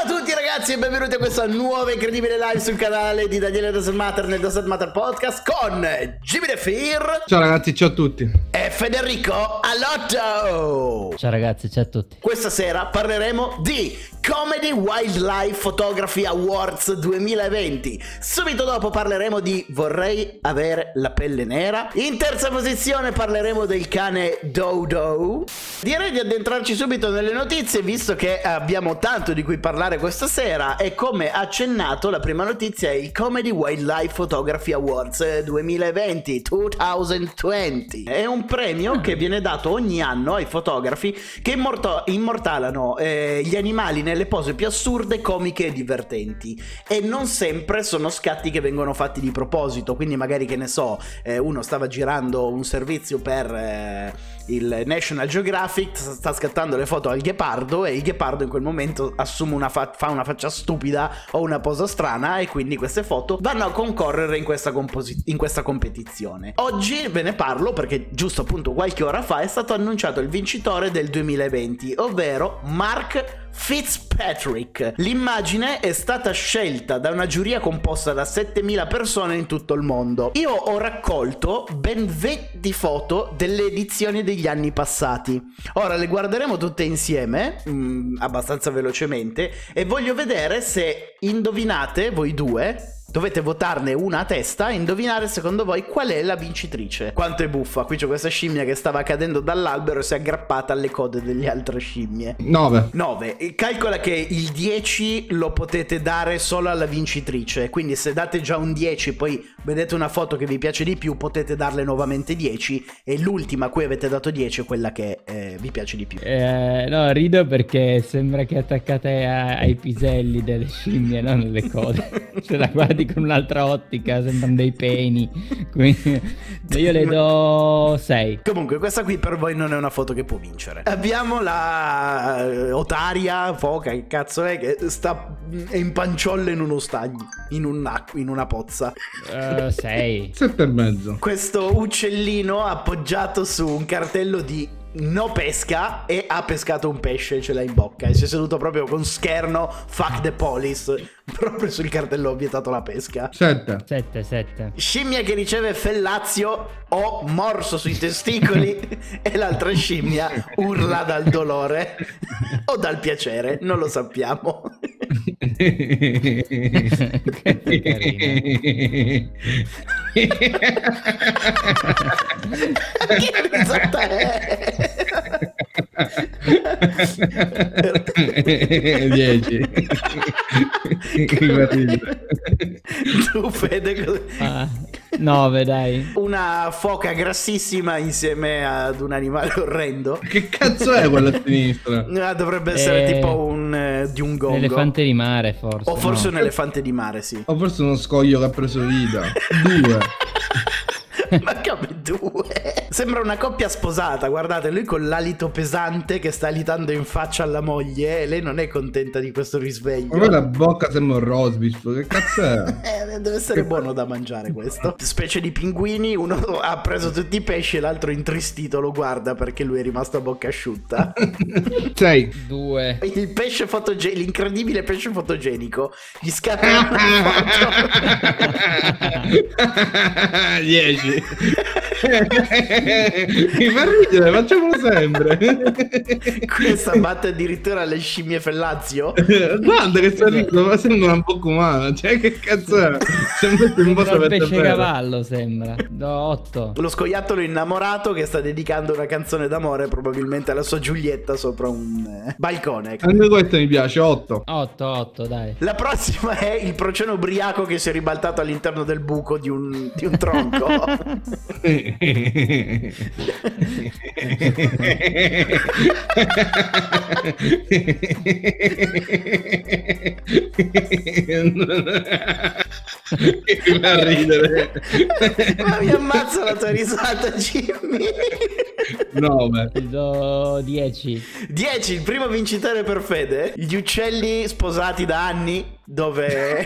Ciao a tutti ragazzi e benvenuti a questa nuova incredibile live sul canale di Daniele Doesn't Matter nel Doesn't Matter Podcast con Jimmy The Fear. Ciao ragazzi, ciao a tutti. E Federico Alotto. Ciao ragazzi, ciao a tutti. Questa sera parleremo di Comedy Wildlife Photography Awards 2020. Subito dopo parleremo di Vorrei avere la pelle nera. In terza posizione parleremo del cane Dodo. Direi di addentrarci subito nelle notizie, visto che abbiamo tanto di cui parlare questa sera. E come accennato, la prima notizia è il Comedy Wildlife Photography Awards 2020. È un premio che viene dato ogni anno ai fotografi che immortalano gli animali nelle pose più assurde, comiche e divertenti. E non sempre sono scatti che vengono fatti di proposito. Quindi magari, che ne so, uno stava girando un servizio per il National Geographic, sta scattando le foto al ghepardo e il ghepardo in quel momento assume fa una faccia stupida o una posa strana, e quindi queste foto vanno a concorrere in questa competizione. Oggi ve ne parlo perché giusto appunto qualche ora fa è stato annunciato il vincitore del 2020, ovvero Mark Fitzpatrick. L'immagine è stata scelta da una giuria composta da 7.000 persone in tutto il mondo. Io ho raccolto ben 20 foto delle edizioni degli anni passati. Ora le guarderemo tutte insieme, abbastanza velocemente, e voglio vedere se indovinate, voi due dovete votarne una a testa e indovinare secondo voi qual è la vincitrice. Quanto è buffa, qui c'è questa scimmia che stava cadendo dall'albero e si è aggrappata alle code delle altre scimmie. 9. Calcola che il 10 lo potete dare solo alla vincitrice, quindi se date già un 10 poi vedete una foto che vi piace di più, potete darle nuovamente 10, e l'ultima a cui avete dato 10 è quella che vi piace di più. No, rido perché sembra che attaccate ai piselli delle scimmie, non alle code. Ce la guardi con un'altra ottica, sembrano dei peni. Quindi io le do 6. Comunque questa qui per voi non è una foto che può vincere. Abbiamo la otaria, foca, che cazzo è, che è in panciolla in uno stagno, in una pozza. 6. 7,5. Questo uccellino appoggiato su un cartello di no pesca e ha pescato un pesce, ce l'ha in bocca e si è seduto proprio con scherno fuck the police proprio sul cartello vietato la pesca. 7. Scimmia che riceve fellazio o morso sui testicoli e l'altra scimmia urla dal dolore o dal piacere, non lo sappiamo. Che carina. Che risata è? 10. Tu Fede 9 dai. Una foca grassissima insieme ad un animale orrendo. Che cazzo è quella a sinistra? Dovrebbe essere tipo di un gongo. Un elefante di mare forse. O forse no. un elefante di mare, sì. O forse uno scoglio che ha preso vita. 2. Ma come 2? Sembra una coppia sposata, guardate, lui con l'alito pesante che sta alitando in faccia alla moglie e lei non è contenta di questo risveglio. Ma la bocca sembra un roast beef, che cazzo è? Deve essere buono da mangiare questo. Specie di pinguini, uno ha preso tutti i pesci e l'altro intristito lo guarda perché lui è rimasto a bocca asciutta. 6. 2. Il pesce l'incredibile pesce fotogenico gli scatta una foto. 10. Mi fa ridere, facciamolo sempre. Questa batte addirittura alle scimmie fellazio. Guarda che sta ridendo, ma sembra un po' umana. Cioè, che cazzo è? Sembra un po' Un pesce cavallo sembra. Do 8. Lo scoiattolo innamorato che sta dedicando una canzone d'amore probabilmente alla sua Giulietta sopra un balcone. Anche questo mi piace. 8. 8 dai. La prossima è il procione ubriaco che si è ribaltato all'interno del buco di un tronco. Mi fa ridere. Ma mi ammazza la tua risata, Jimmy. 9. Ti do 10. 10, il primo vincitore per Fede. Gli uccelli sposati da anni, dove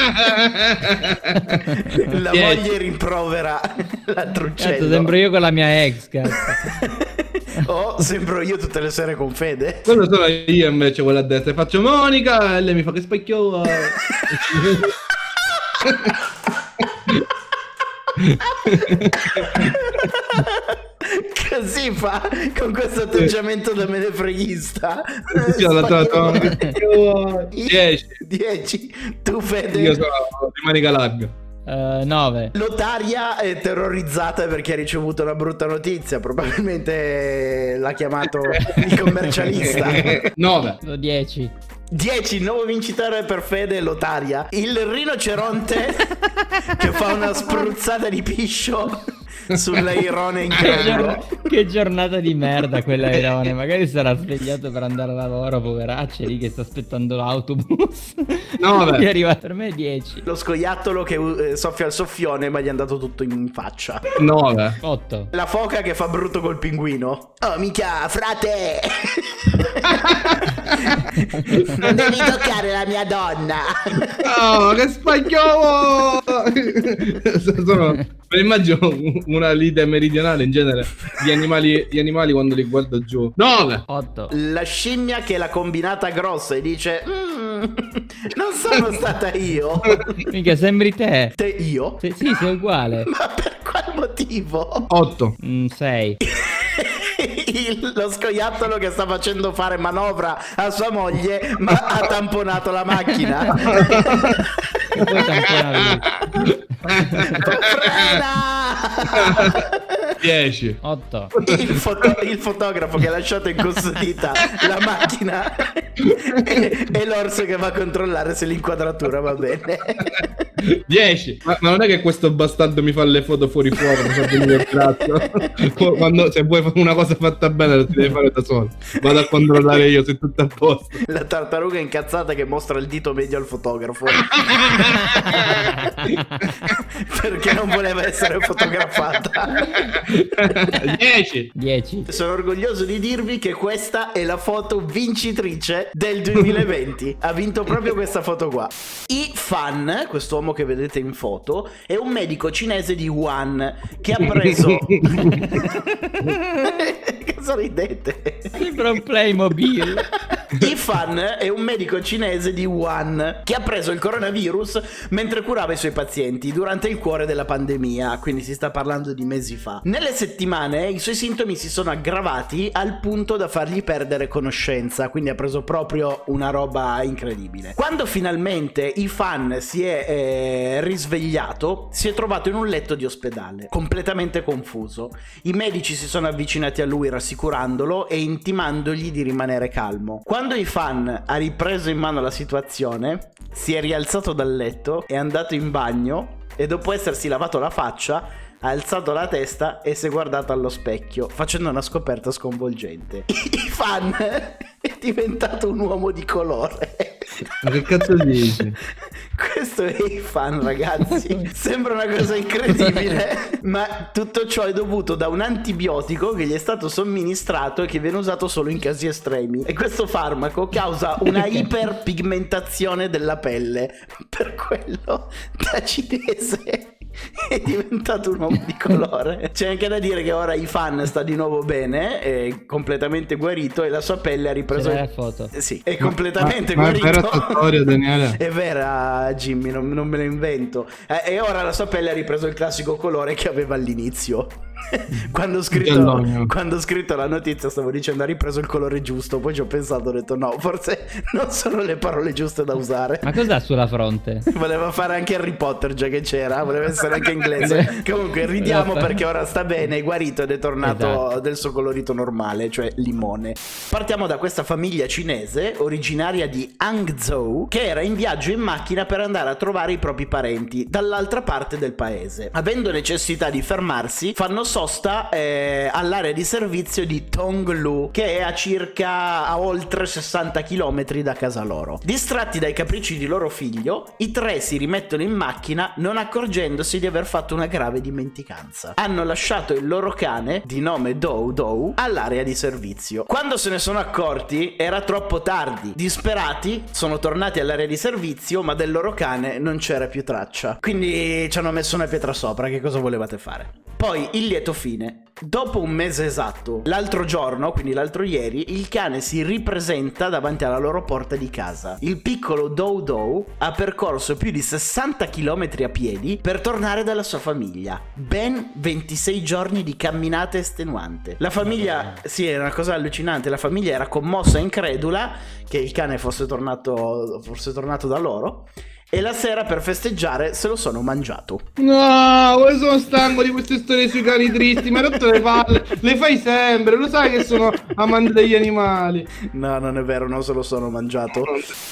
la moglie rimprovera l'altro uccello. Sembro io con la mia ex, cazzo. O sembro io tutte le sere con Fede. Quello sono io invece, quella a destra. Faccio Monica e lei mi fa che specchio. Così fa, con questo atteggiamento da menefreghista. 10. Tu, Fede? Io sono di manica larga. 9. Lotaria è terrorizzata perché ha ricevuto una brutta notizia. Probabilmente l'ha chiamato il commercialista. 9. 10. 10, il nuovo vincitore per Fede è Lotaria. Il rinoceronte che fa una spruzzata di piscio sull'airone incredulo. Che giornata di merda quell'airone. Magari sarà svegliato per andare a lavoro, poveraccio, lì che sta aspettando l'autobus. 9. Che arriva per me 10. Lo scoiattolo che soffia il soffione ma gli è andato tutto in faccia. 9. 8. La foca che fa brutto col pinguino. Oh mica, frate! Non devi toccare la mia donna. Oh, che spagnolo! Me immagino una lite meridionale in genere. Gli animali quando li guardo giù. 9. 8. La scimmia che l'ha combinata grossa e dice non sono stata io. Mica sembri te. Io? Sì, sei uguale. Ma per qual motivo? 8. 6. Lo scoiattolo che sta facendo fare manovra a sua moglie ma ha tamponato la macchina. E poi tamponavi. Frena! 10. 8. Il fotografo che ha lasciato incustodita la macchina e l'orso che va a controllare se l'inquadratura va bene. 10. Ma non è che questo bastardo mi fa le foto fuori fuoco, mi fa venire il braccio. Quando, se vuoi fare una cosa fatta bene lo ti devi fare da solo. Vado a controllare io se è tutto a posto. La tartaruga incazzata che mostra il dito medio al fotografo perché non voleva essere fotografata. 10. Sono orgoglioso di dirvi che questa è la foto vincitrice del 2020. Ha vinto proprio questa foto qua. Yi Fan, quest'uomo che vedete in foto, è un medico cinese di Wuhan che ha preso cosa ridete? Sembra un Playmobil. Yi Fan è un medico cinese di Wuhan che ha preso il coronavirus mentre curava i suoi pazienti durante il cuore della pandemia, quindi si sta parlando di mesi fa. Nelle settimane i suoi sintomi si sono aggravati al punto da fargli perdere conoscenza, quindi ha preso proprio una roba incredibile. Quando finalmente Yi Fan si è risvegliato, si è trovato in un letto di ospedale, completamente confuso. I medici si sono avvicinati a lui rassicurandolo e intimandogli di rimanere calmo. Quando Yi Fan ha ripreso in mano la situazione, si è rialzato dal letto, è andato in bagno e dopo essersi lavato la faccia ha alzato la testa e si è guardato allo specchio facendo una scoperta sconvolgente. Yi Fan è diventato un uomo di colore. Ma che cazzo dici? Questo è Yi Fan, ragazzi. Sembra una cosa incredibile, ma tutto ciò è dovuto da un antibiotico che gli è stato somministrato e che viene usato solo in casi estremi. E questo farmaco causa una iperpigmentazione della pelle. Per quello da cinese è diventato un uomo di colore. C'è anche da dire che ora Yi Fan sta di nuovo bene, è completamente guarito e la sua pelle ha ripreso. C'è la foto. Sì, è completamente ma guarito. è vera sta storia, Daniele? È vera, Jimmy, non me lo invento. E ora la sua pelle ha ripreso il classico colore che aveva all'inizio. Quando ho scritto la notizia stavo dicendo ha ripreso il colore giusto, poi ci ho pensato, ho detto no, forse non sono le parole giuste da usare. Ma cos'ha sulla fronte? Voleva fare anche Harry Potter già che c'era, voleva essere anche inglese. Comunque ridiamo perché ora sta bene, è guarito ed è tornato del suo colorito normale, cioè limone. Partiamo da questa famiglia cinese originaria di Hangzhou che era in viaggio in macchina per andare a trovare i propri parenti dall'altra parte del paese. Avendo necessità di fermarsi, fanno sosta all'area di servizio di Tonglu, che è a oltre 60 km da casa loro. Distratti dai capricci di loro figlio, i tre si rimettono in macchina non accorgendosi di aver fatto una grave dimenticanza. Hanno lasciato il loro cane, di nome Dou Dou, all'area di servizio. Quando se ne sono accorti era troppo tardi. Disperati sono tornati all'area di servizio, ma del loro cane non c'era più traccia. Quindi ci hanno messo una pietra sopra, che cosa volevate fare? Poi il lieto fine. Dopo un mese esatto, l'altro giorno, quindi l'altro ieri, il cane si ripresenta davanti alla loro porta di casa. Il piccolo Dow Dow ha percorso più di 60 km a piedi per tornare dalla sua famiglia. Ben 26 giorni di camminata estenuante. La famiglia, sì, è una cosa allucinante, la famiglia era commossa e incredula che il cane fosse tornato da loro. E la sera, per festeggiare, se lo sono mangiato. No, ora sono stanco di queste storie sui cani tristi. Ma rotto le palle, le fai sempre. Lo sai che sono amante degli animali. No, non è vero, non se lo sono mangiato.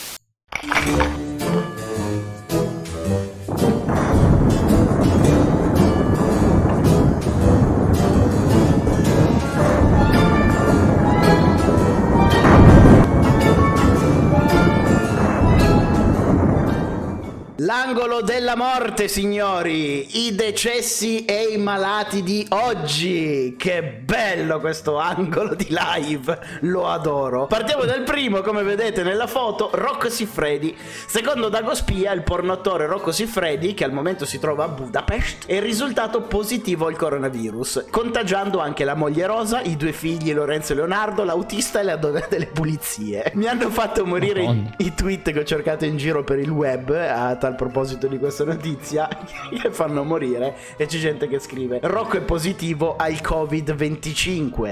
L'angolo della morte, signori, i decessi e i malati di oggi. Che bello questo angolo di live, lo adoro. Partiamo dal primo, come vedete nella foto, Rocco Siffredi. Secondo Dagospia, il pornoattore Rocco Siffredi, che al momento si trova a Budapest, è risultato positivo al coronavirus, contagiando anche la moglie Rosa, i due figli Lorenzo e Leonardo, l'autista e la donna delle pulizie. Mi hanno fatto morire i tweet che ho cercato in giro per il web a tal proposito di questa notizia, che fanno morire, e c'è gente che scrive: Rocco è positivo al Covid-25.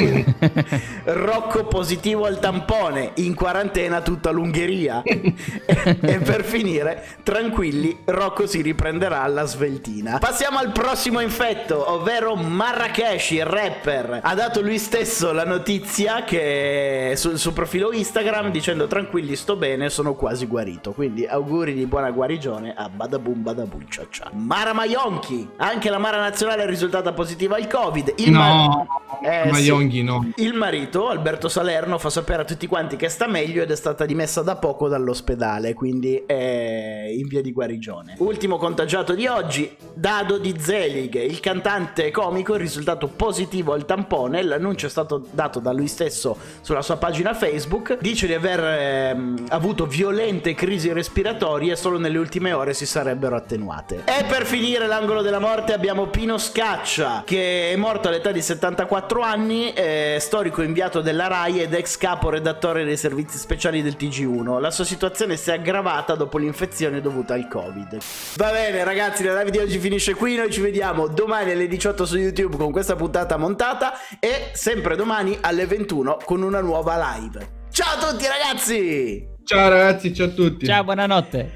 Rocco positivo al tampone, in quarantena tutta l'Ungheria. E per finire, tranquilli, Rocco si riprenderà alla sveltina. Passiamo al prossimo infetto, ovvero Marrakesh, il rapper. Ha dato lui stesso la notizia che sul suo profilo Instagram, dicendo: tranquilli, sto bene, sono quasi guarito. Quindi auguri di buona guarigione a Badaboom Badaboom, ciao ciao. Mara Maionchi, anche la Mara nazionale è risultata positiva al Covid. Maionchi no. Il marito, Alberto Salerno, fa sapere a tutti quanti che sta meglio ed è stata dimessa da poco dall'ospedale, quindi è in via di guarigione. Ultimo contagiato di oggi, Dado Di Zelig, il cantante comico, è risultato positivo al tampone. L'annuncio è stato dato da lui stesso sulla sua pagina Facebook. Dice di aver avuto violente crisi respiratorie e solo nelle ultime ore si sarebbero attenuate. E per finire l'angolo della morte abbiamo Pino Scaccia, che è morto all'età di 74 anni, storico inviato della Rai ed ex capo redattore dei servizi speciali del TG1. La sua situazione si è aggravata dopo l'infezione dovuta al Covid. Va bene ragazzi, la live di oggi finisce qui, noi ci vediamo domani alle 18 su YouTube con questa puntata montata e sempre domani alle 21 con una nuova live. Ciao a tutti ragazzi! Ciao ragazzi, ciao a tutti. Ciao, buonanotte.